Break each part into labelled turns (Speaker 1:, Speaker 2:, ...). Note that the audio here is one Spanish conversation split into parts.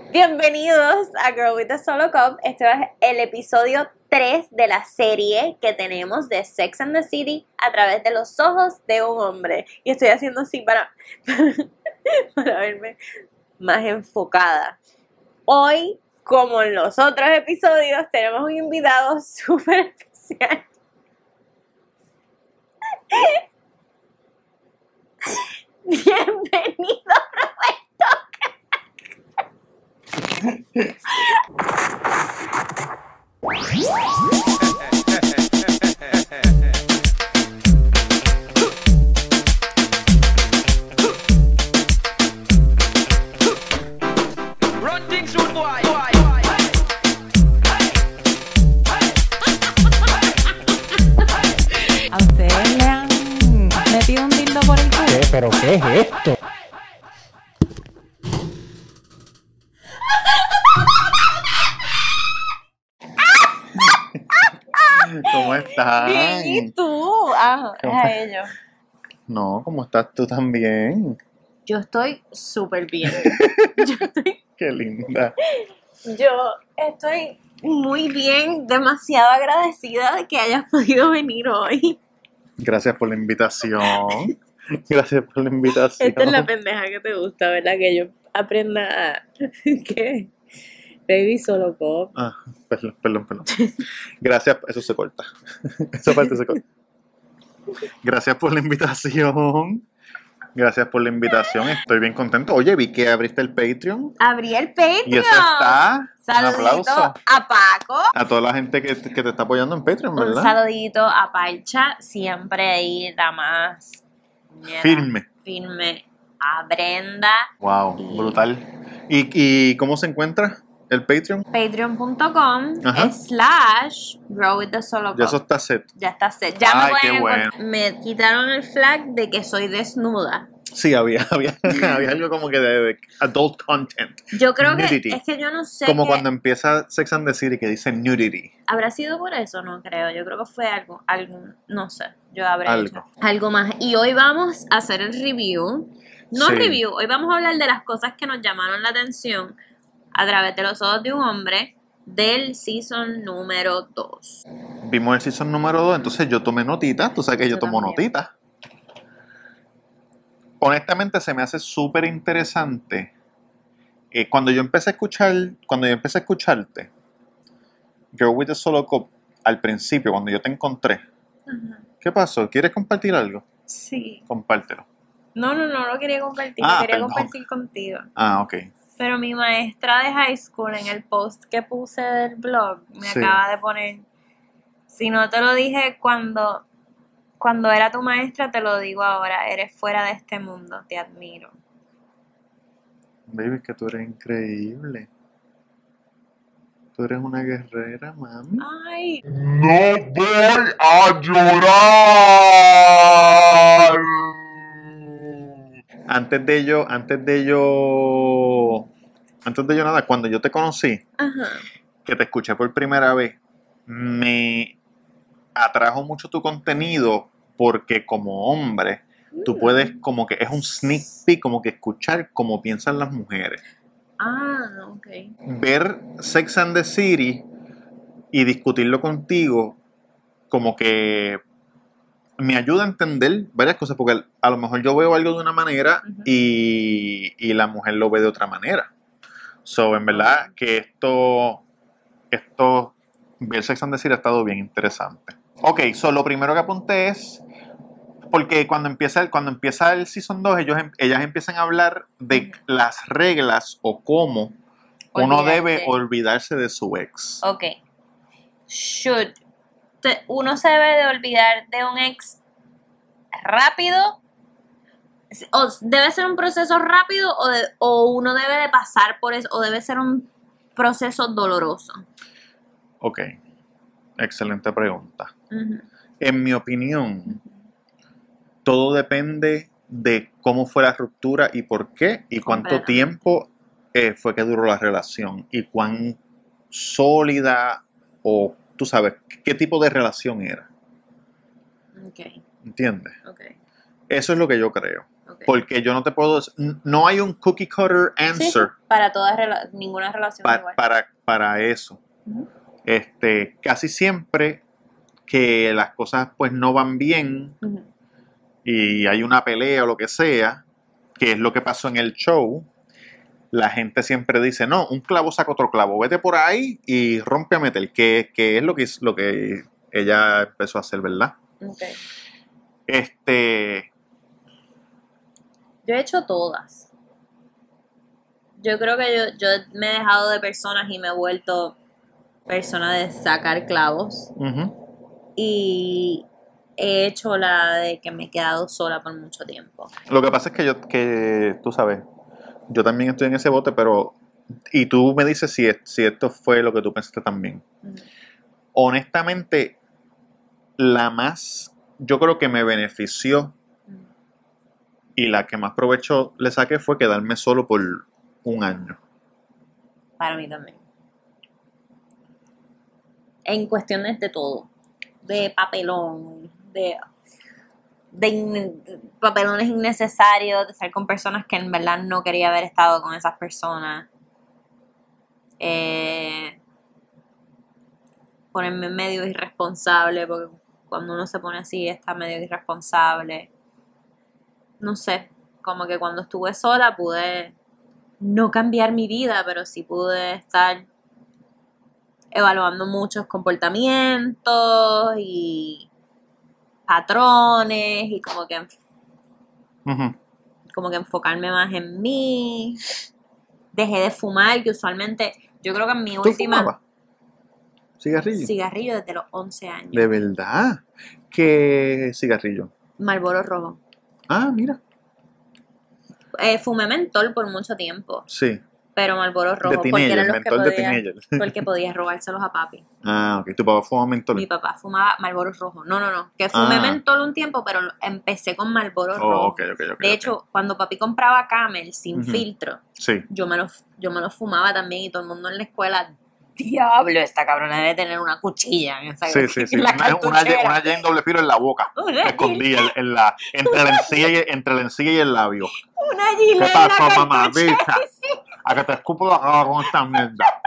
Speaker 1: Bienvenidos a Girl with the Solo Cup. Este es el episodio 3 de la serie que tenemos de Sex and the City a través de los ojos de un hombre. Y estoy haciendo así para verme más enfocada. Hoy, como en los otros episodios, tenemos un invitado súper especial. Bienvenido, Roberto.
Speaker 2: ¿A ustedes le han metido un dildo por el culo?
Speaker 3: ¿Qué? ¿Pero qué es esto?
Speaker 4: ¿Cómo estás?
Speaker 1: Bien, ¿y tú? Ah, es
Speaker 4: ¿Cómo?
Speaker 1: a ellos.
Speaker 4: No, ¿cómo estás tú también?
Speaker 1: Yo estoy súper bien.
Speaker 4: Qué linda.
Speaker 1: Yo estoy muy bien, demasiado agradecida de que hayas podido venir hoy.
Speaker 4: Gracias por la invitación. Gracias por la invitación.
Speaker 1: Esta es la pendeja que te gusta, ¿verdad? Que yo aprenda a... ¿Qué? Baby solo pop.
Speaker 4: Ah, perdón. Gracias, eso se corta. Esa parte se corta. Gracias por la invitación. Gracias por la invitación. Estoy bien contento. Oye, vi que abriste el Patreon.
Speaker 1: Abrí el Patreon.
Speaker 4: Y eso está. Un
Speaker 1: Saludito
Speaker 4: aplauso
Speaker 1: a Paco.
Speaker 4: a toda la gente que te está apoyando en Patreon,
Speaker 1: Un
Speaker 4: ¿verdad?
Speaker 1: saludito a Parcha. Siempre ahí la más...
Speaker 4: Firme.
Speaker 1: A Brenda.
Speaker 4: Wow,
Speaker 1: Y-
Speaker 4: brutal. ¿Y cómo se encuentra el Patreon?
Speaker 1: Patreon.com/Grow with the Solo
Speaker 4: Ya eso
Speaker 1: Cup.
Speaker 4: está set.
Speaker 1: Ya está set. Ya
Speaker 4: Ay,
Speaker 1: me
Speaker 4: qué
Speaker 1: pueden
Speaker 4: bueno.
Speaker 1: encontrar. Me quitaron el flag de que soy desnuda.
Speaker 4: Sí, había algo como que de adult content.
Speaker 1: Yo creo
Speaker 4: Nudity.
Speaker 1: que es que yo no sé
Speaker 4: Como
Speaker 1: qué-
Speaker 4: cuando empieza Sex and the City que dice nudity.
Speaker 1: ¿Habrá sido por eso? No creo. Yo creo que fue algo no sé. Yo habré
Speaker 4: Algo.
Speaker 1: hecho algo más. Y hoy vamos a hacer el review. No
Speaker 4: Sí.
Speaker 1: review. Hoy vamos a hablar de las cosas que nos llamaron la atención a través de los ojos de un hombre del season número 2.
Speaker 4: Vimos el season número 2, entonces yo tomé notitas. Tú sabes que yo
Speaker 1: Yo
Speaker 4: tomo
Speaker 1: también.
Speaker 4: notitas. Honestamente se me hace súper interesante. Cuando yo empecé a escucharte, Girl with the Solo Cup, al principio, cuando yo te encontré, ¿qué pasó? ¿Quieres compartir algo?
Speaker 1: Sí.
Speaker 4: Compártelo.
Speaker 1: No lo quería compartir.
Speaker 4: Ah,
Speaker 1: Lo quería
Speaker 4: perdón.
Speaker 1: compartir contigo.
Speaker 4: Ah, ok.
Speaker 1: Pero mi maestra de high school en el post que puse del blog me
Speaker 4: Sí.
Speaker 1: acaba de poner, si no te lo dije cuando era tu maestra, te lo digo ahora, eres fuera de este mundo, te admiro.
Speaker 4: Baby, que tú eres increíble. Tú eres una guerrera, mami.
Speaker 1: Ay,
Speaker 5: No voy a llorar.
Speaker 4: Antes de yo nada, cuando yo te conocí,
Speaker 1: ajá,
Speaker 4: que te escuché por primera vez, me atrajo mucho tu contenido porque como hombre, tú puedes como que es un sneak peek, como que escuchar cómo piensan las mujeres.
Speaker 1: ok.
Speaker 4: Ver Sex and the City y discutirlo contigo como que me ayuda a entender varias cosas, porque a lo mejor yo veo algo de una manera
Speaker 1: Ujú.
Speaker 4: y la mujer lo ve de otra manera. So, en verdad que esto ver Sex and the City ha estado bien interesante. Ok, so lo primero que apunté es, porque cuando empieza el Season 2, ellas empiezan a hablar de las reglas o cómo uno
Speaker 1: Olvidarte.
Speaker 4: debe olvidarse de su ex.
Speaker 1: Ok. Uno se debe de olvidar de un ex rápido. O debe ser un proceso rápido o uno debe de pasar por eso, o debe ser un proceso doloroso.
Speaker 4: Ok, excelente pregunta.
Speaker 1: Ujú.
Speaker 4: En mi opinión, todo depende de cómo fue la ruptura y por qué y cuánto
Speaker 1: Completamente.
Speaker 4: tiempo fue que duró la relación y cuán sólida o tú sabes qué tipo de relación era.
Speaker 1: Ok,
Speaker 4: ¿Entiendes?
Speaker 1: ok,
Speaker 4: Eso es lo que yo creo.
Speaker 1: Ok.
Speaker 4: Porque yo no te puedo... No hay un cookie cutter
Speaker 1: Sí, sí,
Speaker 4: answer
Speaker 1: para ninguna relación es igual.
Speaker 4: para eso.
Speaker 1: Ujú.
Speaker 4: Casi siempre que las cosas pues no van bien
Speaker 1: Ujú.
Speaker 4: y hay una pelea o lo que sea, que es lo que pasó en el show, la gente siempre dice, no, un clavo saca otro clavo, vete por ahí y rompe a meter, que es lo que ella empezó a hacer, ¿verdad?
Speaker 1: Ok. Yo he hecho todas. Yo creo que yo me he dejado de personas y me he vuelto persona de sacar clavos.
Speaker 4: Ujú.
Speaker 1: Y he hecho la de que me he quedado sola por mucho tiempo.
Speaker 4: Lo que pasa es que tú sabes, yo también estoy en ese bote, pero... Y tú me dices si esto fue lo que tú pensaste también.
Speaker 1: Ujú.
Speaker 4: Honestamente, yo creo que me benefició y la que más provecho le saqué fue quedarme solo por un año.
Speaker 1: Para mí también. En cuestiones de todo. De papelón, de papelones innecesarios, de estar con personas que en verdad no quería haber estado con esas personas. Ponerme medio irresponsable, porque cuando uno se pone así está medio irresponsable. No sé, como que cuando estuve sola pude no cambiar mi vida, pero sí pude estar evaluando muchos comportamientos y patrones y
Speaker 4: Ujú.
Speaker 1: como que enfocarme más en mí. Dejé de fumar, que usualmente yo creo que en mi
Speaker 4: ¿Tú
Speaker 1: última
Speaker 4: fumabas cigarrillo?
Speaker 1: cigarrillo desde los 11 años.
Speaker 4: ¿De verdad? ¿Qué cigarrillo?
Speaker 1: Marlboro rojo.
Speaker 4: Ah, mira.
Speaker 1: Fumé mentol por mucho tiempo,
Speaker 4: Sí.
Speaker 1: pero Marlboro
Speaker 4: De
Speaker 1: rojo, porque
Speaker 4: teenager,
Speaker 1: eran los que
Speaker 4: mentol de
Speaker 1: podía,
Speaker 4: teenager.
Speaker 1: porque podía robárselos a papi.
Speaker 4: Ah, ok. ¿Tu papá fuma mentol?
Speaker 1: Mi papá fumaba Marlboro rojo. No. Que fumé
Speaker 4: Ah.
Speaker 1: mentol un tiempo, pero empecé con Marlboro
Speaker 4: Oh,
Speaker 1: rojo.
Speaker 4: ok.
Speaker 1: De hecho, cuando papi compraba Camel sin
Speaker 4: Ujú.
Speaker 1: filtro,
Speaker 4: Sí.
Speaker 1: yo me lo fumaba también y todo el mundo en la escuela, diablo, esta cabrona debe tener una cuchilla en esa
Speaker 4: Sí.
Speaker 1: en la
Speaker 4: Una
Speaker 1: cartuchera.
Speaker 4: Jane doble filo en la boca.
Speaker 1: Una
Speaker 4: Escondida entre la encilla y el labio.
Speaker 1: Una
Speaker 4: ¿Qué
Speaker 1: gilet en la
Speaker 4: pasó, mamá?
Speaker 1: cartuchera.
Speaker 4: Bicha? A que te escupo la cara con esta mierda.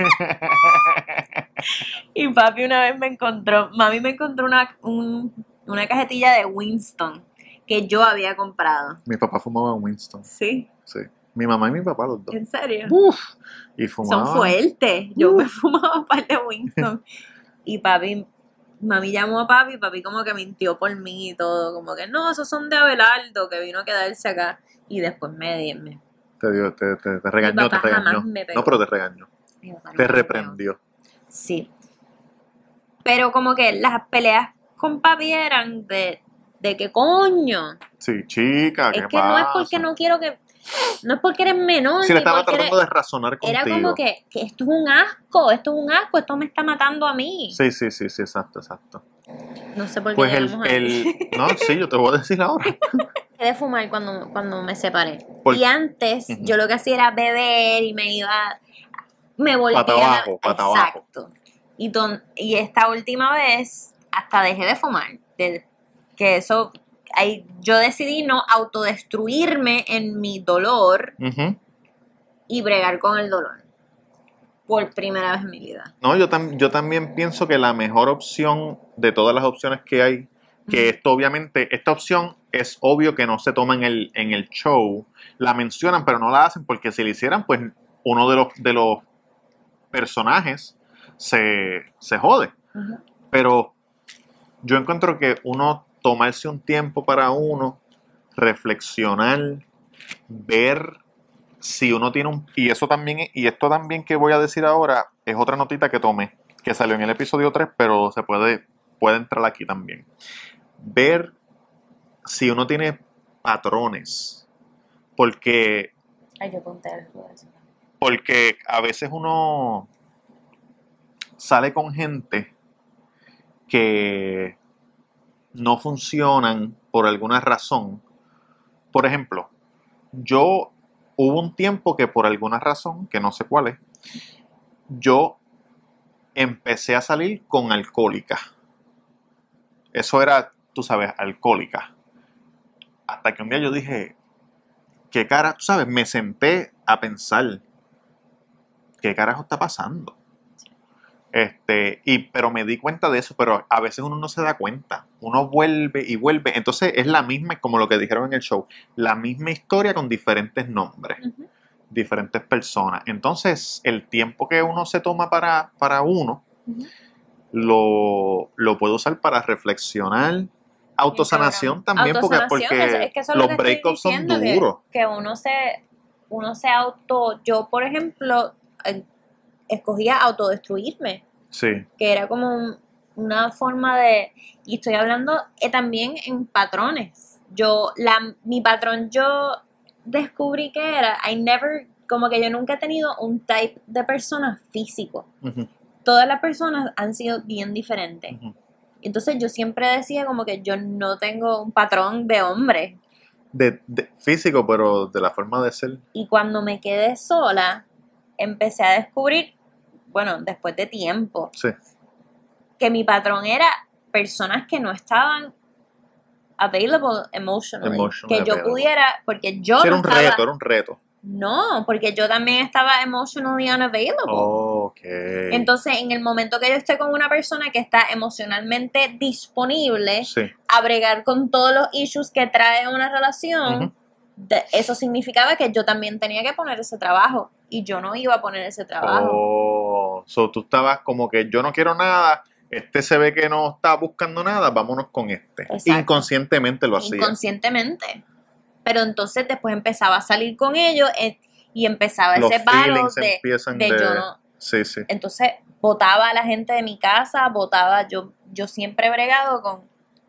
Speaker 1: Y papi mami me encontró una cajetilla de Winston que yo había comprado.
Speaker 4: Mi papá fumaba en Winston.
Speaker 1: Sí,
Speaker 4: Sí. Mi mamá y mi papá, los dos.
Speaker 1: ¿en serio?
Speaker 4: Uf. Y fumaba.
Speaker 1: Son fuertes. Yo me fumaba un par de Winston. Y mami llamó a papi, papi como que mintió por mí y todo. Como que no, esos son de Abelardo, que vino a quedarse acá. Y después me
Speaker 4: Te regañó,
Speaker 1: papá
Speaker 4: te regañó.
Speaker 1: jamás me pegó.
Speaker 4: No, pero te regañó.
Speaker 1: mi papá
Speaker 4: Te
Speaker 1: nunca me pegó.
Speaker 4: reprendió.
Speaker 1: Sí. Pero como que las peleas con papi eran de qué coño.
Speaker 4: Sí, chica,
Speaker 1: Es
Speaker 4: ¿qué
Speaker 1: que no es
Speaker 4: pasa?
Speaker 1: porque no quiero que. No es porque eres menor.
Speaker 4: Si le
Speaker 1: ni
Speaker 4: estaba
Speaker 1: porque
Speaker 4: tratando de razonar contigo.
Speaker 1: Era como que esto es un asco, esto me está matando a mí.
Speaker 4: Sí, exacto.
Speaker 1: No sé por qué
Speaker 4: Pues
Speaker 1: llegamos ahí.
Speaker 4: No, sí, yo te voy a decir ahora.
Speaker 1: Dejé de fumar cuando me separé.
Speaker 4: Por-
Speaker 1: Y antes
Speaker 4: Ujú.
Speaker 1: yo lo que hacía era beber y me volvía
Speaker 4: Pata abajo, pata abajo.
Speaker 1: Exacto. Y esta última vez hasta dejé de fumar. Que eso, yo decidí no autodestruirme en mi dolor
Speaker 4: Ujú.
Speaker 1: y bregar con el dolor. Por primera vez en mi vida.
Speaker 4: No, yo también pienso que la mejor opción de todas las opciones que hay, que esto obviamente, esta opción es obvio que no se toma en el show, la mencionan, pero no la hacen porque si la hicieran, pues uno de los personajes se jode.
Speaker 1: Ujú.
Speaker 4: Pero yo encuentro que uno tomarse un tiempo para uno, reflexionar, ver si uno tiene y esto también que voy a decir ahora es otra notita que tomé, que salió en el episodio 3, pero puede entrar aquí también. Ver si uno tiene patrones, porque
Speaker 1: Ay, yo apunté algo de eso.
Speaker 4: porque a veces uno sale con gente que no funcionan por alguna razón. Por ejemplo, hubo un tiempo que por alguna razón, que no sé cuál es, yo empecé a salir con alcohólica. Eso era, tú sabes, alcohólica. Hasta que un día yo dije, ¿qué cara? Tú sabes, me senté a pensar, ¿qué carajo está pasando? Pero me di cuenta de eso, pero a veces uno no se da cuenta. Uno vuelve y vuelve. Entonces es la misma, como lo que dijeron en el show, la misma historia con diferentes nombres,
Speaker 1: Ujú.
Speaker 4: diferentes personas. Entonces, el tiempo que uno se toma para uno,
Speaker 1: Ujú.
Speaker 4: lo puedo usar para reflexionar. Autosanación también,
Speaker 1: Autosanación, es que eso es lo
Speaker 4: los
Speaker 1: que estoy
Speaker 4: breakups son
Speaker 1: diciendo,
Speaker 4: duros.
Speaker 1: que uno se yo por ejemplo, escogía autodestruirme,
Speaker 4: Sí.
Speaker 1: que era como una forma y estoy hablando también en patrones. Mi patrón yo descubrí que era, como que yo nunca he tenido un type de persona físico.
Speaker 4: Ujú,
Speaker 1: Todas las personas han sido bien diferentes.
Speaker 4: ujú.
Speaker 1: Entonces yo siempre decía como que yo no tengo un patrón de hombre.
Speaker 4: De físico, pero de la forma de ser.
Speaker 1: Y cuando me quedé sola, empecé a descubrir, bueno, después de tiempo,
Speaker 4: Sí.
Speaker 1: que mi patrón era personas que no estaban available emotionally.
Speaker 4: Emotionally
Speaker 1: Que yo
Speaker 4: available.
Speaker 1: pudiera, porque yo
Speaker 4: Sí,
Speaker 1: no
Speaker 4: era un
Speaker 1: estaba...
Speaker 4: reto, era un reto.
Speaker 1: No, porque yo también estaba emotionally unavailable.
Speaker 4: Ok.
Speaker 1: Entonces, en el momento que yo esté con una persona que está emocionalmente disponible
Speaker 4: Sí.
Speaker 1: a bregar con todos los issues que trae una relación,
Speaker 4: Ujú.
Speaker 1: eso significaba que yo también tenía que poner ese trabajo. Y yo no iba a poner ese trabajo.
Speaker 4: Oh, so tú estabas como que yo no quiero nada, se ve que no está buscando nada, vámonos con este.
Speaker 1: Exacto.
Speaker 4: Inconscientemente lo hacía.
Speaker 1: Inconscientemente. Pero entonces después empezaba a salir con ellos y empezaba
Speaker 4: Los
Speaker 1: ese battle
Speaker 4: feelings empiezan
Speaker 1: de yo no.
Speaker 4: Sí, sí.
Speaker 1: Entonces botaba a la gente de mi casa, yo siempre he bregado con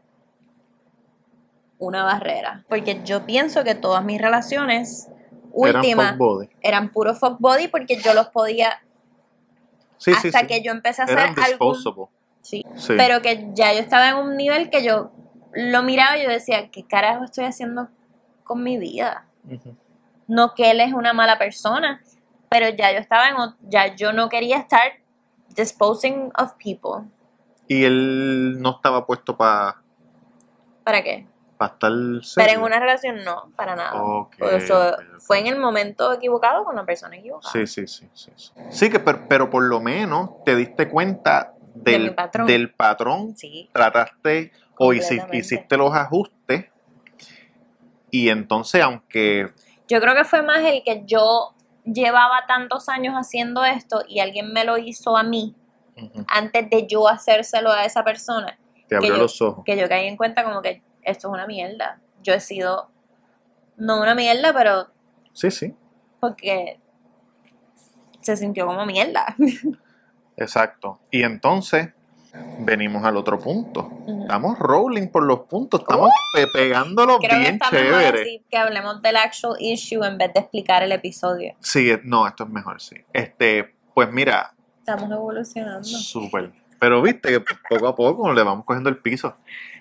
Speaker 1: una barrera. Porque yo pienso que todas mis relaciones últimas
Speaker 4: Eran fuck body.
Speaker 1: eran puro fuck body porque yo los podía
Speaker 4: Sí, sí,
Speaker 1: hasta
Speaker 4: sí.
Speaker 1: que yo empecé a hacer
Speaker 4: Eran
Speaker 1: algún...
Speaker 4: disposable.
Speaker 1: Sí.
Speaker 4: Sí.
Speaker 1: Pero que ya yo estaba en un nivel que yo lo miraba y yo decía, ¿qué carajo estoy haciendo con mi vida?
Speaker 4: Ujú.
Speaker 1: No que él es una mala persona, pero ya yo estaba ya yo no quería estar disposing of people.
Speaker 4: Y él no estaba puesto para
Speaker 1: ¿Para qué?
Speaker 4: estar serio.
Speaker 1: Pero en una relación no, para nada.
Speaker 4: Ok,
Speaker 1: Por eso
Speaker 4: ok, ok.
Speaker 1: fue en el momento equivocado con la persona equivocada.
Speaker 4: Sí, sí, sí, sí. Sí, que pero por lo menos te diste cuenta
Speaker 1: De mi patrón.
Speaker 4: del patrón,
Speaker 1: Sí.
Speaker 4: trataste o
Speaker 1: Completamente.
Speaker 4: hiciste los ajustes y entonces aunque
Speaker 1: Yo creo que fue más el que yo llevaba tantos años haciendo esto y alguien me lo hizo a mí
Speaker 4: ujú,
Speaker 1: antes de yo hacérselo a esa persona,
Speaker 4: te abrió
Speaker 1: yo-
Speaker 4: los ojos.
Speaker 1: que yo caí en cuenta como que esto es una mierda. Yo he sido, no una mierda, pero
Speaker 4: Sí, sí,
Speaker 1: porque se sintió como mierda.
Speaker 4: exacto. Y entonces venimos al otro punto.
Speaker 1: Ujú.
Speaker 4: Estamos rolling por los puntos, estamos pegándolo
Speaker 1: Creo que
Speaker 4: bien
Speaker 1: está mejor
Speaker 4: chévere.
Speaker 1: así que hablemos del actual issue en vez de explicar el episodio.
Speaker 4: Sí, no, esto es mejor, sí. Pues mira,
Speaker 1: Estamos evolucionando.
Speaker 4: súper. Pero viste que poco a poco le vamos cogiendo el piso.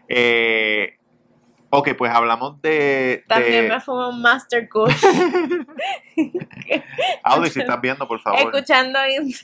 Speaker 4: Ok, pues hablamos
Speaker 1: También me fumé un Master Kush.
Speaker 4: Audi, si estás viendo, por favor.
Speaker 1: Escuchando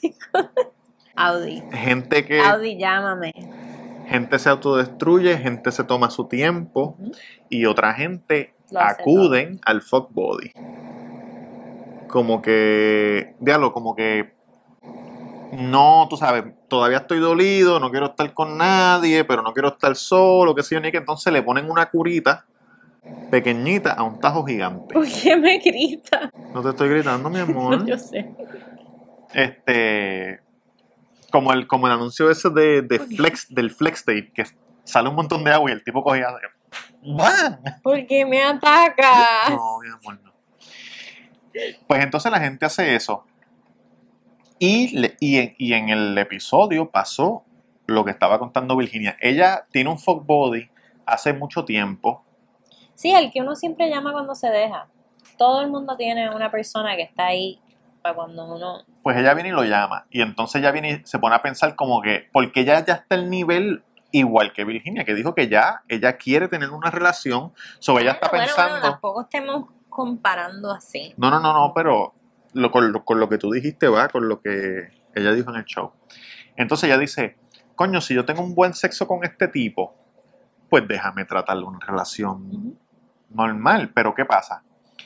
Speaker 1: Audi.
Speaker 4: Gente que
Speaker 1: Audi, llámame.
Speaker 4: gente se autodestruye, gente se toma su tiempo
Speaker 1: Ujú.
Speaker 4: y otra gente
Speaker 1: Lo hace
Speaker 4: acuden al fuck body. Como que, como que no, tú sabes, todavía estoy dolido, no quiero estar con nadie, pero no quiero estar solo, qué sé yo, ni que entonces le ponen una curita pequeñita a un tajo gigante.
Speaker 1: ¿Por qué me grita?
Speaker 4: No te estoy gritando, mi amor.
Speaker 1: Yo sé.
Speaker 4: Como el anuncio ese del Flex Tape, que sale un montón de agua y el tipo cogía ¡Bam!
Speaker 1: ¿Por qué me atacas?
Speaker 4: No, mi amor, no. Pues entonces la gente hace eso. Y en el episodio pasó lo que estaba contando Virginia. Ella tiene un fuck body hace mucho tiempo.
Speaker 1: Sí, el que uno siempre llama cuando se deja. Todo el mundo tiene una persona que está ahí para cuando uno...
Speaker 4: Pues ella viene y lo llama. Y entonces ella viene y se pone a pensar como que, porque ella ya está al nivel igual que Virginia, que dijo que ya ella quiere tener una relación. So ella está pensando...
Speaker 1: Bueno, tampoco estemos comparando así.
Speaker 4: No, pero con lo que tú dijiste va, con lo que ella dijo en el show. Entonces ella dice, coño, si yo tengo un buen sexo con este tipo, pues déjame tratarle una relación
Speaker 1: Ujú.
Speaker 4: normal, pero ¿qué pasa?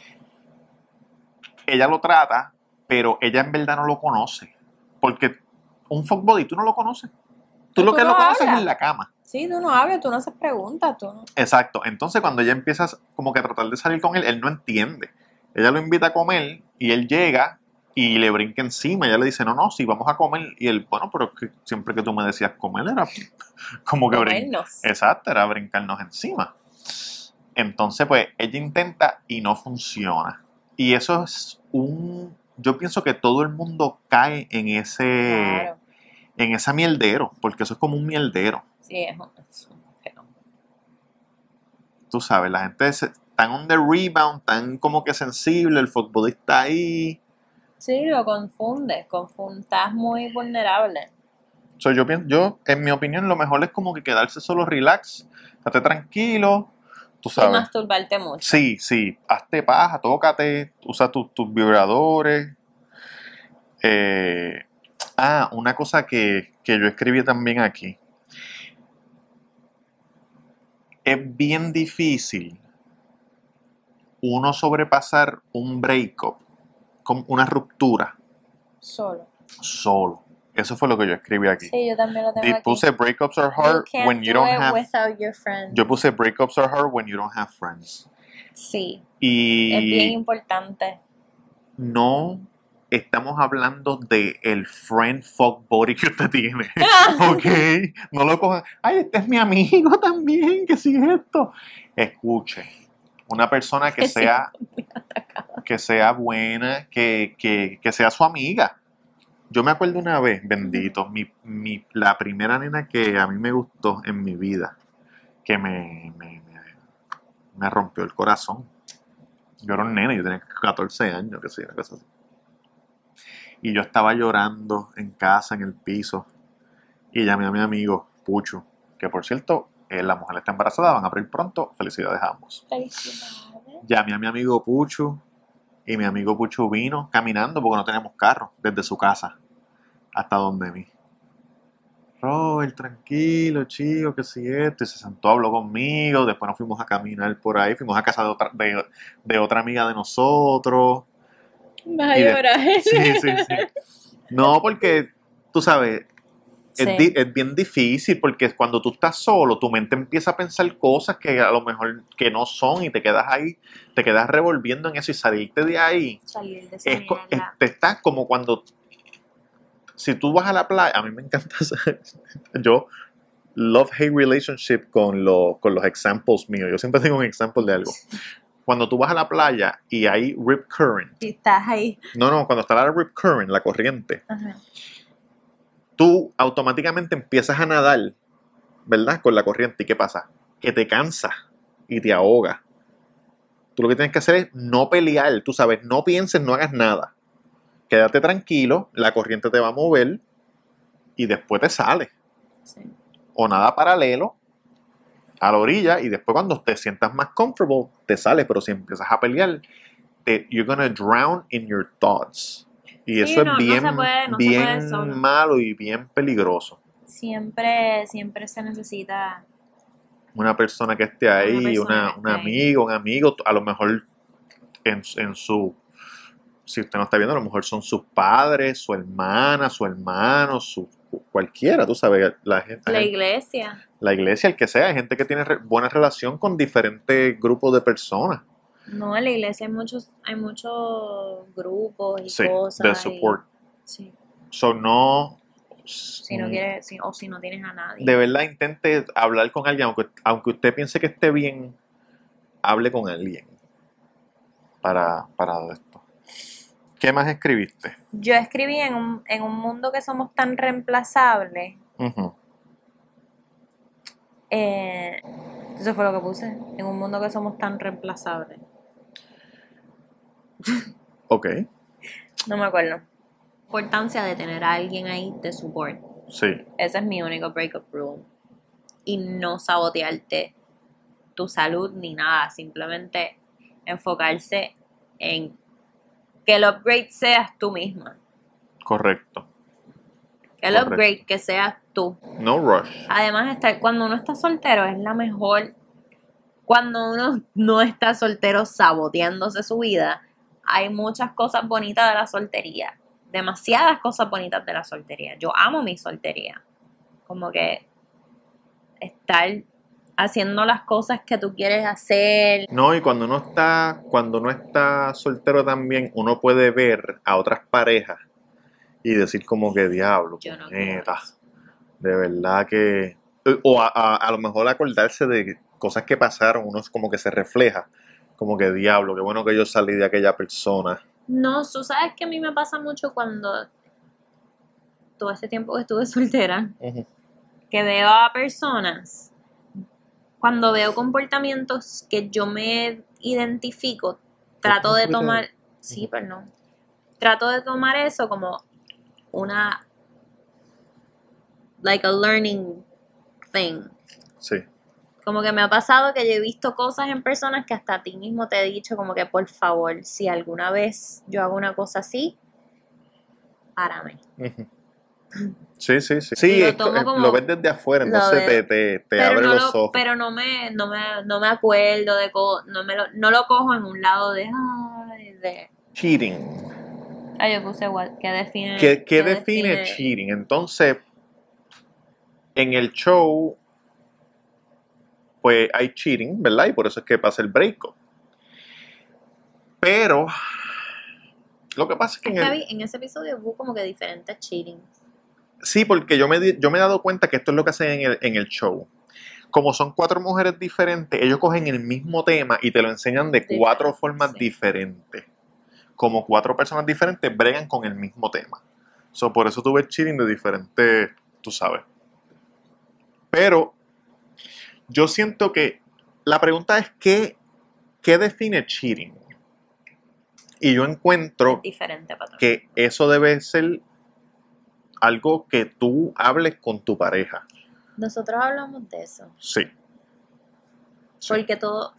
Speaker 4: Ella lo trata, pero ella en verdad no lo conoce. Porque un fuck buddy tú no lo conoces. Tú lo
Speaker 1: Tú
Speaker 4: que
Speaker 1: no
Speaker 4: lo conoces
Speaker 1: hablas.
Speaker 4: es en la cama.
Speaker 1: Sí, tú no hablas, tú no haces preguntas, tú no.
Speaker 4: Exacto. Entonces cuando ella empieza como que a tratar de salir con él no entiende. Ella lo invita a comer y él llega y le brinca encima. Ella le dice, no, sí, vamos a comer. Y él, bueno, pero que siempre que tú me decías comer era como que
Speaker 1: Comernos.
Speaker 4: Exacto, era brincarnos encima. Entonces, pues, ella intenta y no funciona. Y eso es yo pienso que todo el mundo cae en
Speaker 1: Claro.
Speaker 4: en ese mierdero, porque eso es como un mierdero.
Speaker 1: Sí, es un pero.
Speaker 4: Tú sabes, la gente tan on the rebound, tan como que sensible, el futbolista ahí.
Speaker 1: Sí, lo confundes, estás muy vulnerable.
Speaker 4: So, yo, en mi opinión, lo mejor es como que quedarse solo relax, estate tranquilo, tú
Speaker 1: Y
Speaker 4: sabes.
Speaker 1: masturbarte mucho.
Speaker 4: Sí, hazte paja, tócate, usa tus vibradores. Una cosa que yo escribí también aquí. Es bien difícil uno sobrepasar un breakup, con una ruptura,
Speaker 1: Solo.
Speaker 4: solo. Eso fue lo que yo escribí aquí.
Speaker 1: Sí, yo también lo tengo
Speaker 4: Y
Speaker 1: aquí.
Speaker 4: puse breakups are
Speaker 1: You
Speaker 4: hard
Speaker 1: can't
Speaker 4: when you
Speaker 1: do
Speaker 4: don't
Speaker 1: it
Speaker 4: have.
Speaker 1: without your friends.
Speaker 4: Yo puse breakups are hard when you don't have friends.
Speaker 1: Sí, es bien
Speaker 4: Y
Speaker 1: importante.
Speaker 4: no estamos hablando de el friend fuck body que usted tiene. ¿Ok? No lo cojan. Ay, este es mi amigo también, que sí es esto. Escuche. Una persona que
Speaker 1: Sí.
Speaker 4: sea buena, que sea su amiga. Yo me acuerdo una vez, bendito, la primera nena que a mí me gustó en mi vida, que me rompió el corazón. Yo era un nene, yo tenía 14 años, que sí, una cosa así. Y yo estaba llorando en casa, en el piso, y llamé a mi amigo Pucho, que por cierto, la mujer está embarazada, van a abrir pronto, felicidades a ambos.
Speaker 1: Felicidades.
Speaker 4: Llamé a mi amigo Pucho, y mi amigo Pucho vino caminando porque no teníamos carro, desde su casa hasta donde mí. Robert, tranquilo, chico, que si esto. Y se sentó, habló conmigo. Después nos fuimos a caminar por ahí. Fuimos a casa de otra amiga de nosotros.
Speaker 1: Vas a
Speaker 4: Y
Speaker 1: llorar.
Speaker 4: Sí. No, porque, tú sabes,
Speaker 1: Sí.
Speaker 4: es bien difícil porque cuando tú estás solo, tu mente empieza a pensar cosas que a lo mejor que no son y te quedas ahí, te quedas revolviendo en eso y salirte de ahí.
Speaker 1: Salir de esa
Speaker 4: Es,
Speaker 1: mierda.
Speaker 4: te estás como cuando, si tú vas a la playa, a mí me encanta yo love-hate relationship con los examples míos. Yo siempre tengo un ejemplo de algo. Cuando tú vas a la playa y hay rip current,
Speaker 1: Si estás ahí.
Speaker 4: no, cuando está la rip current, la corriente,
Speaker 1: Ajá.
Speaker 4: tú automáticamente empiezas a nadar, ¿verdad? Con la corriente. ¿Y qué pasa? Que te cansas y te ahoga. Tú lo que tienes que hacer es no pelear, tú sabes, no pienses, no hagas nada. Quédate tranquilo, la corriente te va a mover y después te sales.
Speaker 1: Sí.
Speaker 4: O nada paralelo a la orilla y después cuando te sientas más comfortable, te sales. Pero si empiezas a pelear, you're gonna drown in your thoughts. Y
Speaker 1: Sí,
Speaker 4: eso
Speaker 1: no,
Speaker 4: es bien,
Speaker 1: no se puede
Speaker 4: bien
Speaker 1: solo.
Speaker 4: malo y bien peligroso.
Speaker 1: Siempre se necesita.
Speaker 4: Una persona que esté ahí,
Speaker 1: persona que
Speaker 4: un
Speaker 1: esté ahí.
Speaker 4: amigo, a lo mejor en su, si usted no está viendo, a lo mejor son sus padres, su hermana, su hermano, cualquiera, tú sabes,
Speaker 1: La iglesia.
Speaker 4: la iglesia, el que sea, hay gente que tiene buena relación con diferentes grupos de personas.
Speaker 1: No, en la iglesia hay muchos grupos y
Speaker 4: Sí,
Speaker 1: cosas.
Speaker 4: de support.
Speaker 1: Sí.
Speaker 4: So, no,
Speaker 1: Si no quieres, o si no tienes a nadie.
Speaker 4: de verdad intente hablar con alguien, aunque usted piense que esté bien, hable con alguien para esto. ¿Qué más escribiste?
Speaker 1: Yo escribí en un mundo que somos tan reemplazables.
Speaker 4: Ujú.
Speaker 1: Eso fue lo que puse. En un mundo que somos tan reemplazables.
Speaker 4: Ok,
Speaker 1: No me acuerdo. Importancia de tener a alguien ahí de support.
Speaker 4: sí,
Speaker 1: Ese es mi único breakup rule. Y no sabotearte tu salud ni nada. Simplemente enfocarse en que el upgrade seas tú misma.
Speaker 4: correcto.
Speaker 1: Que el
Speaker 4: Correcto.
Speaker 1: upgrade que seas tú.
Speaker 4: No rush.
Speaker 1: Además, cuando uno está soltero es la mejor cuando uno no está soltero saboteándose su vida, hay muchas cosas bonitas de la soltería. Demasiadas cosas bonitas de la soltería. Yo amo mi soltería. Como que estar haciendo las cosas que tú quieres hacer.
Speaker 4: No, y cuando no está soltero también, uno puede ver a otras parejas y decir como que diablo,
Speaker 1: Yo no
Speaker 4: puñeta,
Speaker 1: quiero eso.
Speaker 4: de verdad que... O a lo mejor acordarse de cosas que pasaron, uno es como que se refleja, como que diablo, qué bueno que yo salí de aquella persona.
Speaker 1: No, tú sabes que a mí me pasa mucho cuando todo este tiempo que estuve soltera,
Speaker 4: Ujú.
Speaker 1: que veo a personas, cuando veo comportamientos que yo me identifico, trato de tomar, sí, perdón, trato de tomar eso como una, like a learning thing.
Speaker 4: Sí.
Speaker 1: Como que me ha pasado que yo he visto cosas en personas que hasta a ti mismo te he dicho como que por favor, si alguna vez yo hago una cosa así, párame.
Speaker 4: Ujú. Sí, sí, sí. Sí,
Speaker 1: Lo
Speaker 4: es
Speaker 1: tomo como-
Speaker 4: lo ves desde afuera,
Speaker 1: lo
Speaker 4: entonces
Speaker 1: veo.
Speaker 4: te
Speaker 1: Pero
Speaker 4: abre
Speaker 1: no
Speaker 4: los ojos.
Speaker 1: pero no me acuerdo de no lo cojo en un lado de
Speaker 4: Cheating.
Speaker 1: yo puse what, ¿qué define?
Speaker 4: ¿Qué define cheating? Entonces, en el show, pues hay cheating, ¿verdad? Y por eso es que pasa el breakup. Pero, lo que pasa es que
Speaker 1: En ese episodio hubo como que diferentes cheatings.
Speaker 4: sí, porque yo me he dado cuenta que esto es lo que hacen en el show. Como son 4 mujeres diferentes, ellos cogen el mismo tema y te lo enseñan de 4
Speaker 1: Diferente,
Speaker 4: formas
Speaker 1: sí.
Speaker 4: diferentes. Como 4 personas diferentes bregan con el mismo tema. So, por eso tú ves cheating de diferentes, tú sabes. Pero yo siento que la pregunta es ¿qué define cheating? Y yo encuentro
Speaker 1: Es diferente para todos.
Speaker 4: que eso debe ser algo que tú hables con tu pareja.
Speaker 1: Nosotros hablamos de eso.
Speaker 4: Sí. Sí.
Speaker 1: Porque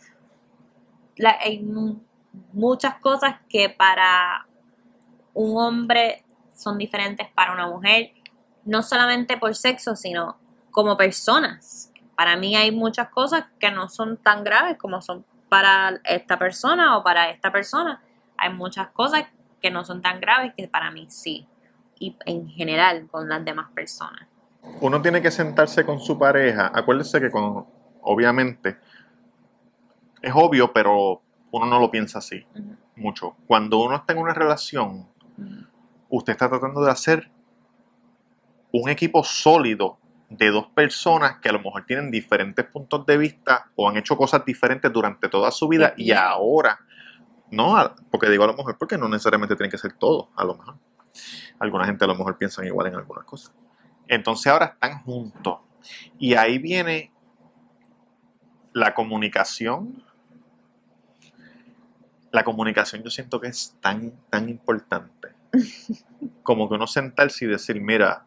Speaker 1: hay muchas cosas que para un hombre son diferentes para una mujer, no solamente por sexo, sino como personas. Para mí hay muchas cosas que no son tan graves como son para esta persona o para esta persona. Hay muchas cosas que no son tan graves que para mí sí. Y en general con las demás personas.
Speaker 4: Uno tiene que sentarse con su pareja. Acuérdese que obviamente es obvio, pero uno no lo piensa así
Speaker 1: Ujú.
Speaker 4: mucho. Cuando uno está en una relación,
Speaker 1: Ujú.
Speaker 4: usted está tratando de hacer un equipo sólido de 2 personas que a lo mejor tienen diferentes puntos de vista o han hecho cosas diferentes durante toda su vida y ahora, no, porque digo a lo mejor porque no necesariamente tiene que ser todo, a lo mejor. Alguna gente a lo mejor piensan igual en algunas cosas. Entonces ahora están juntos y ahí viene la comunicación. La comunicación yo siento que es tan importante. Como que uno sentarse y decir, mira,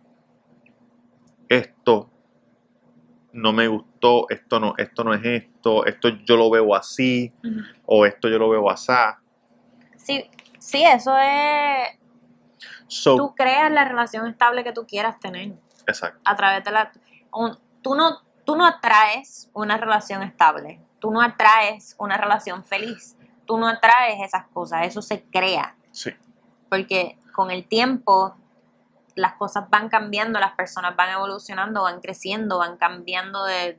Speaker 4: esto no me gustó, esto no es esto yo lo veo así,
Speaker 1: Ujú.
Speaker 4: o esto yo lo veo así.
Speaker 1: Sí, eso es...
Speaker 4: So,
Speaker 1: Tú creas la relación estable que tú quieras tener
Speaker 4: exacto.
Speaker 1: a través de tú no atraes una relación estable, tú no atraes una relación feliz, tú no atraes esas cosas, eso se crea,
Speaker 4: Sí.
Speaker 1: porque con el tiempo las cosas van cambiando, las personas van evolucionando, van creciendo, van cambiando de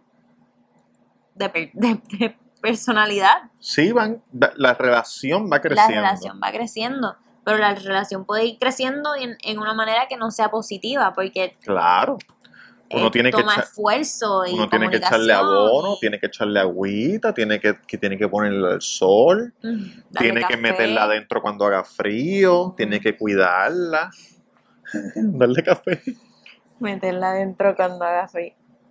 Speaker 1: personalidad.
Speaker 4: Sí, la relación va creciendo.
Speaker 1: La relación va creciendo, pero la relación puede ir creciendo en una manera que no sea positiva, porque
Speaker 4: Claro. Uno tiene que
Speaker 1: toma esfuerzo y
Speaker 4: uno tiene que echarle abono, tiene que echarle agüita, tiene que ponerle al sol, tiene que meterla adentro cuando haga frío, tiene que cuidarla, darle café.
Speaker 1: Meterla adentro cuando haga frío.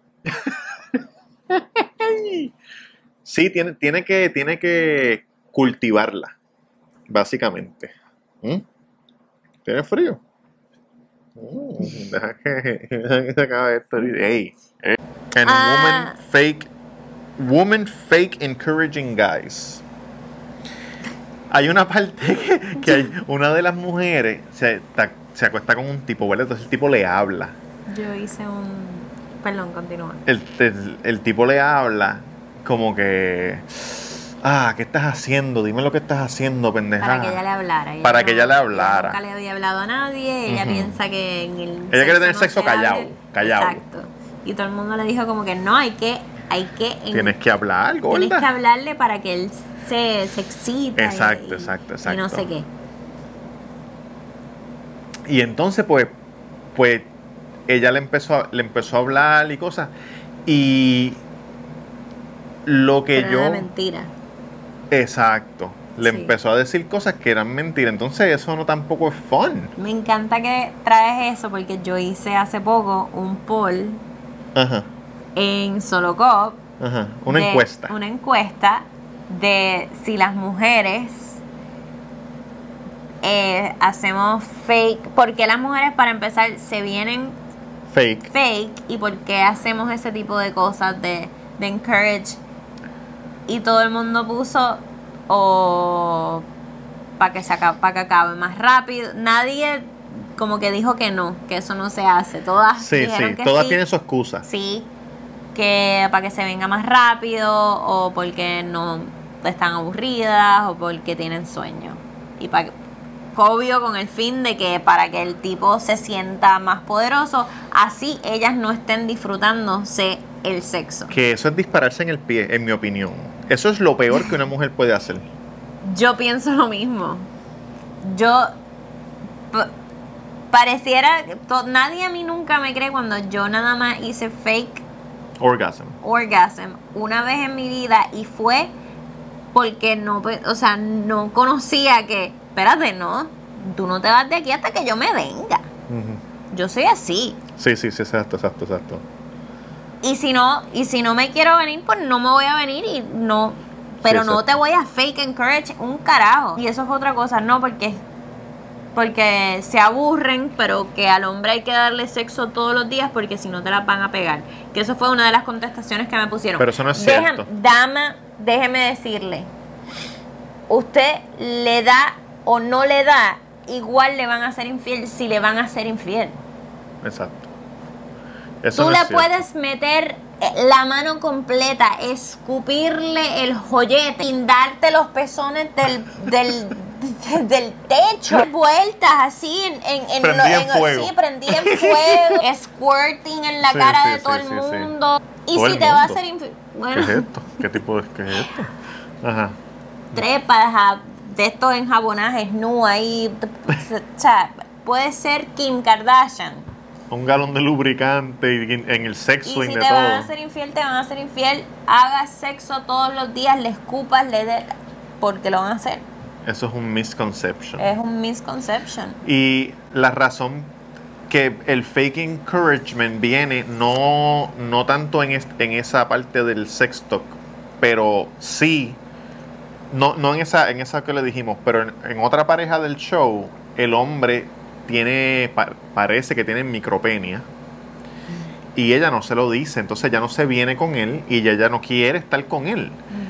Speaker 4: Sí, tiene que cultivarla, básicamente. ¿Mm? ¿Tiene frío? Deja que se acabe esto. Hey. And woman fake encouraging guys. Hay una parte que hay una de las mujeres se acuesta con un tipo, ¿verdad? Entonces el tipo le habla.
Speaker 1: Yo hice perdón, continúa.
Speaker 4: El tipo le habla, como que, ¿qué estás haciendo? Dime lo que estás haendo, pendeja.
Speaker 1: Para que ella le hablara.
Speaker 4: Para que ella le hablara.
Speaker 1: Nunca le había hablado a nadie. Ella piensa que en el
Speaker 4: Ella quiere tener
Speaker 1: no
Speaker 4: sexo
Speaker 1: se hable.
Speaker 4: callado.
Speaker 1: Exacto. Y todo el mundo le dijo como que no, hay que
Speaker 4: Tienes que hablar, gorda.
Speaker 1: tienes que hablarle para que él se excite.
Speaker 4: Exacto.
Speaker 1: Y no sé qué.
Speaker 4: Y entonces, pues ella le empezó a hablar y cosas. Y lo que
Speaker 1: Pero
Speaker 4: yo...
Speaker 1: era mentira.
Speaker 4: Exacto. Le
Speaker 1: Sí.
Speaker 4: empezó a decir cosas que eran mentiras. Entonces eso no tampoco es fun.
Speaker 1: Me encanta que traes eso porque yo hice hace poco un poll
Speaker 4: Ajá.
Speaker 1: en Solocop.
Speaker 4: Ajá. Una encuesta.
Speaker 1: Una encuesta de si las mujeres hacemos fake. ¿Por qué las mujeres, para empezar, se vienen fake? ¿Y por qué hacemos ese tipo de cosas de encourage? Y todo el mundo puso para que acabe más rápido. Nadie como que dijo que no, que eso no se hace. Todas
Speaker 4: Sí,
Speaker 1: dijeron que
Speaker 4: todas
Speaker 1: sí.
Speaker 4: tienen su excusa.
Speaker 1: Sí, que para que se venga más rápido, o porque no están aburridas, o porque tienen sueño. Y obvio, con el fin de que para que el tipo se sienta más poderoso, así ellas no estén disfrutándose el sexo.
Speaker 4: Que eso es dispararse en el pie, en mi opinión. Eso es lo peor que una mujer puede hacer.
Speaker 1: Yo pienso lo mismo. Pareciera, nadie a mí nunca me cree cuando yo nada más hice fake
Speaker 4: Orgasm.
Speaker 1: una vez en mi vida, y fue porque no conocía que, espérate, no, tú no te vas de aquí hasta que yo me venga.
Speaker 4: Ujú.
Speaker 1: Yo soy así.
Speaker 4: Sí, exacto.
Speaker 1: Y si no me quiero venir, pues no me voy a venir y no. Pero
Speaker 4: Sí,
Speaker 1: no
Speaker 4: exacto.
Speaker 1: te voy a fake encourage un carajo. Y eso fue otra cosa, no, porque se aburren, pero que al hombre hay que darle sexo todos los días porque si no te las van a pegar. Que eso fue una de las contestaciones que me pusieron.
Speaker 4: Pero eso no es cierto.
Speaker 1: Dama, déjeme decirle, usted le da o no le da, igual le van a ser infiel si le van a ser infiel.
Speaker 4: Exacto. Eso
Speaker 1: Tú
Speaker 4: no
Speaker 1: le
Speaker 4: es cierto.
Speaker 1: puedes meter la mano completa, escupirle el joyete, pindarte los pezones del techo, vueltas así
Speaker 4: Prendí en fuego.
Speaker 1: sí, prendí en fuego, squirting en la
Speaker 4: Sí,
Speaker 1: cara
Speaker 4: sí,
Speaker 1: de todo
Speaker 4: sí,
Speaker 1: el
Speaker 4: sí,
Speaker 1: mundo. Y
Speaker 4: Todo
Speaker 1: si
Speaker 4: el
Speaker 1: te va a
Speaker 4: mundo.
Speaker 1: hacer infiel,
Speaker 4: ¿Qué
Speaker 1: bueno,
Speaker 4: es esto? ¿Qué es esto? Ajá.
Speaker 1: trepa de estos enjabonajes ahí, o sea, puede ser Kim Kardashian.
Speaker 4: Un galón de lubricante y en el sex
Speaker 1: Y
Speaker 4: swing
Speaker 1: si
Speaker 4: de
Speaker 1: te van a
Speaker 4: todo.
Speaker 1: hacer infiel, te van a hacer infiel. Hagas sexo todos los días, le escupas, porque lo van a hacer.
Speaker 4: Eso es un misconception.
Speaker 1: Es un misconception.
Speaker 4: Y la razón que el fake encouragement viene no tanto en esa parte del sex talk, pero sí, no en esa que le dijimos, pero en otra pareja del show, el hombre parece que tiene micropenia y ella no se lo dice, entonces ya no se viene con él y ella no quiere estar con él.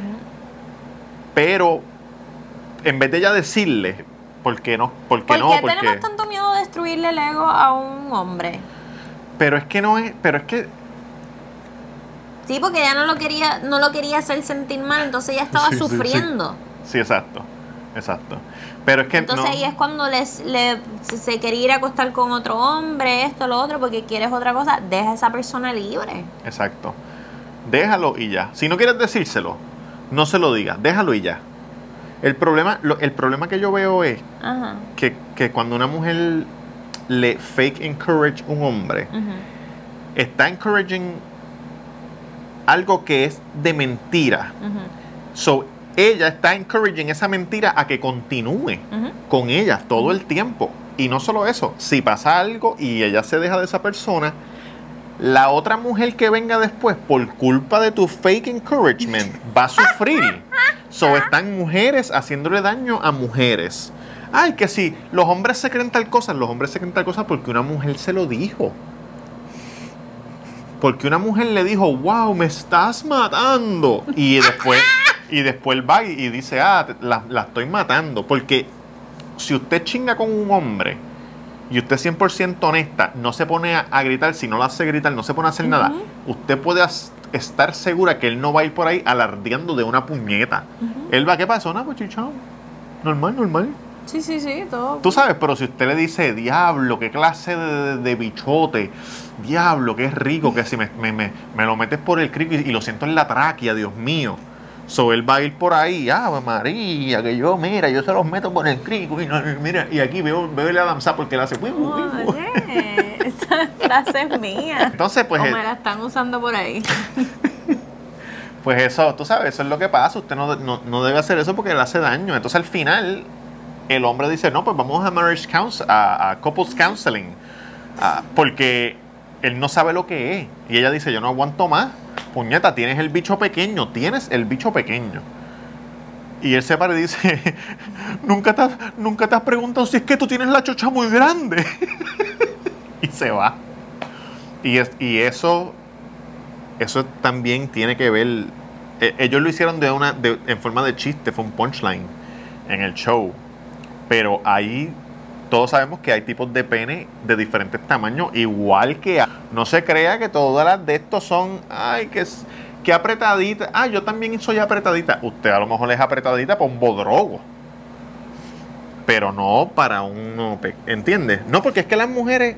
Speaker 4: Pero en vez de ella decirle, ¿por qué no?
Speaker 1: ¿Por qué tenemos tanto miedo de destruirle el ego a un hombre?
Speaker 4: Pero es que
Speaker 1: Sí, porque ella no lo quería hacer sentir mal, entonces ella estaba
Speaker 4: Sí, sí, sí.
Speaker 1: sufriendo.
Speaker 4: Sí, exacto. Pero es que
Speaker 1: Entonces ahí es cuando se quería ir a acostar con otro hombre, esto, lo otro, porque quieres otra cosa. Deja a esa persona libre.
Speaker 4: Exacto. Déjalo y ya. Si no quieres decírselo, no se lo digas. Déjalo y ya. El problema que yo veo es
Speaker 1: Ajá.
Speaker 4: que cuando una mujer le fake encourage un hombre, está encouraging algo que es de mentira. So, ella está encouraging esa mentira a que continúe con ella todo el tiempo. Y no solo eso, si pasa algo y ella se deja de esa persona, la otra mujer que venga después, por culpa de tu fake encouragement, va a sufrir. So, están mujeres haciéndole daño a mujeres. Ay, que si los hombres se creen tal cosa, porque una mujer se lo dijo. Porque una mujer le dijo, wow, me estás matando. Y después va y dice, la estoy matando. Porque si usted chinga con un hombre y usted es 100% honesta, no se pone a gritar, si no la hace gritar, no se pone a hacer nada, usted puede estar segura que él no va a ir por ahí alardeando de una puñeta. Él va, ¿qué pasó? No, pues chichón. Normal.
Speaker 2: Sí, todo.
Speaker 4: Tú sabes, pero si usted le dice, diablo, qué clase de bichote, diablo, qué rico, que si me lo metes por el crico y lo siento en la tráquea, Dios mío. So, él va a ir por ahí, Ave María, que yo se los meto por el crico y mira, y aquí veo el Adam Sandler porque él hace...
Speaker 2: Oye, esa frase es mía.
Speaker 4: Entonces, pues...
Speaker 2: O me la están usando por ahí.
Speaker 4: Pues eso, tú sabes, eso es lo que pasa. Usted no debe hacer eso porque le hace daño. Entonces, al final, el hombre dice, no, pues vamos a marriage counseling, a couples counseling. Porque él no sabe lo que es. Y ella dice, yo no aguanto más. Puñeta, tienes el bicho pequeño. Y él se para y dice, nunca te has preguntado si es que tú tienes la chocha muy grande. Y se va. Y eso también tiene que ver. Ellos lo hicieron en forma de chiste, fue un punchline en el show. Pero ahí todos sabemos que hay tipos de pene de diferentes tamaños, igual que no se crea que todas las de estos son, ay, que apretadita. Ah, yo también soy apretadita. Usted a lo mejor es apretadita para un bodrogo, pero no para uno, ¿entiendes? No, porque es que las mujeres,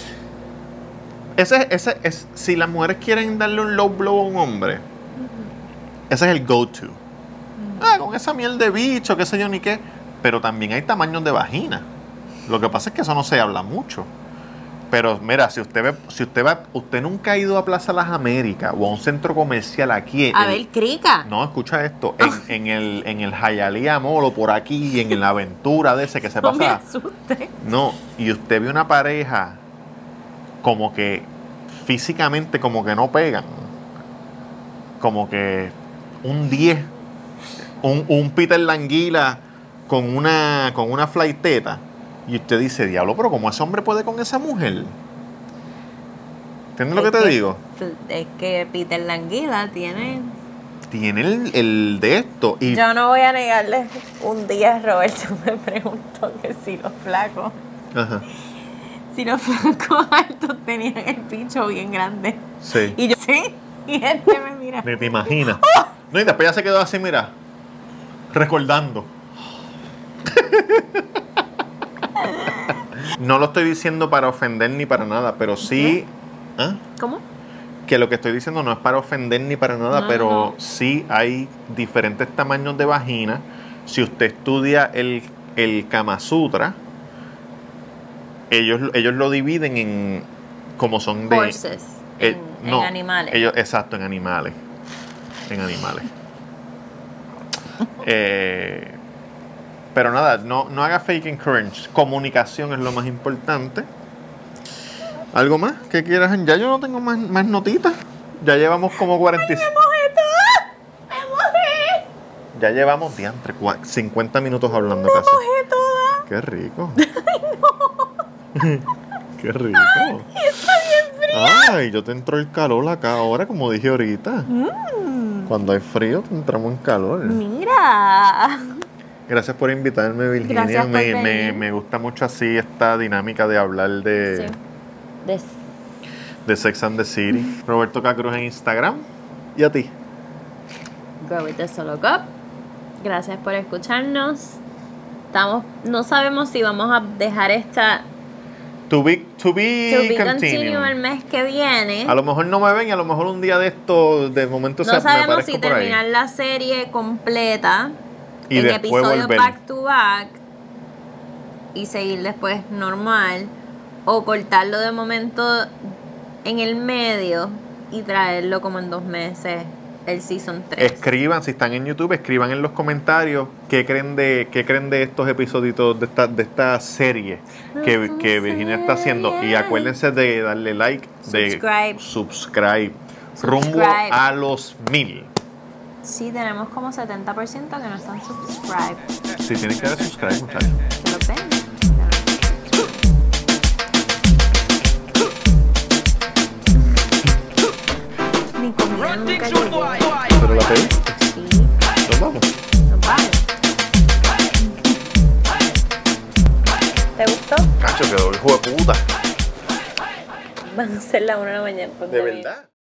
Speaker 4: si las mujeres quieren darle un low blow a un hombre, ese es el go-to. Con esa miel de bicho, qué sé yo ni qué. Pero también hay tamaños de vagina. Lo que pasa es que eso no se habla mucho. Pero mira, si usted nunca ha ido a Plaza Las Américas o a un centro comercial aquí.
Speaker 2: A ver, crica.
Speaker 4: No, escucha esto. En el Hialeah Mall o por aquí, en la aventura de ese que se pasa.
Speaker 2: No me asuste.
Speaker 4: No, y usted ve una pareja como que físicamente como que no pegan. Como que un 10. Un Peter Languila con una flighteta. Y usted dice, diablo, pero ¿cómo ese hombre puede con esa mujer? ¿Entiendes lo que te digo?
Speaker 2: Es que Peter Languila tiene
Speaker 4: el de esto. Y
Speaker 2: yo no voy a negarle. Un día Roberto me preguntó que si los flacos altos tenían el picho bien grande.
Speaker 4: Sí.
Speaker 2: Y yo, sí. Y me mira.
Speaker 4: Ni te imaginas. No, y después ya se quedó así, mira, recordando. No lo estoy diciendo para ofender ni para nada, pero sí...
Speaker 2: ¿Cómo?
Speaker 4: Que lo que estoy diciendo no es para ofender ni para nada, pero sí hay diferentes tamaños de vagina. Si usted estudia el Kama Sutra, ellos lo dividen en... como son de...
Speaker 2: Horses, en animales.
Speaker 4: Exacto, en animales. Pero nada, no haga fake encourage. Comunicación es lo más importante. ¿Algo más que quieras? Ya yo no tengo más notitas. Ya llevamos como 45.
Speaker 2: ¡Me mojé!
Speaker 4: Ya llevamos, diantre, 50 minutos hablando casi.
Speaker 2: ¡Me mojé toda!
Speaker 4: ¡Qué rico!
Speaker 2: ¡Ay, no!
Speaker 4: ¡Qué rico!
Speaker 2: ¡Ay, está bien frío!
Speaker 4: ¡Ay, yo te entro el calor acá ahora, como dije ahorita! Cuando hay frío, te entramos en calor.
Speaker 2: ¡Mira!
Speaker 4: Gracias por invitarme, Virginia.
Speaker 2: Gracias por venir.
Speaker 4: Me gusta mucho así esta dinámica de hablar de Sex and the City. Roberto Cacruz en Instagram. ¿Y a ti?
Speaker 1: Girl with the Solo Cup. Gracias por escucharnos. No sabemos si vamos a dejar esta
Speaker 4: To be
Speaker 1: continue el mes que viene.
Speaker 4: A lo mejor no me ven y a lo mejor un día de esto, de momento
Speaker 1: no sabemos si
Speaker 4: por ahí.
Speaker 1: terminar la serie completa
Speaker 4: y
Speaker 1: en
Speaker 4: después
Speaker 1: episodio
Speaker 4: volver
Speaker 1: back to back y seguir después normal, o cortarlo de momento en el medio y traerlo como en 2 meses el season 3.
Speaker 4: Escriban, si están en YouTube, escriban en los comentarios qué creen de estos episodios de esta serie que Virginia está haciendo. Y acuérdense de darle like, de subscribe. Rumbo a los 1000.
Speaker 1: Sí, tenemos como 70% que no están subscribe.
Speaker 4: Sí, tienen que dar subscribe, muchachos.
Speaker 1: ¿Se lo ven? Ni comida nunca llegó.
Speaker 4: ¿Pero la pedí?
Speaker 1: Sí,
Speaker 4: ¿Nos vamos?
Speaker 1: nos vamos. ¿Te gustó?
Speaker 4: Cacho, quedó el juego.
Speaker 1: ser la 1 de la mañana.
Speaker 4: De verdad.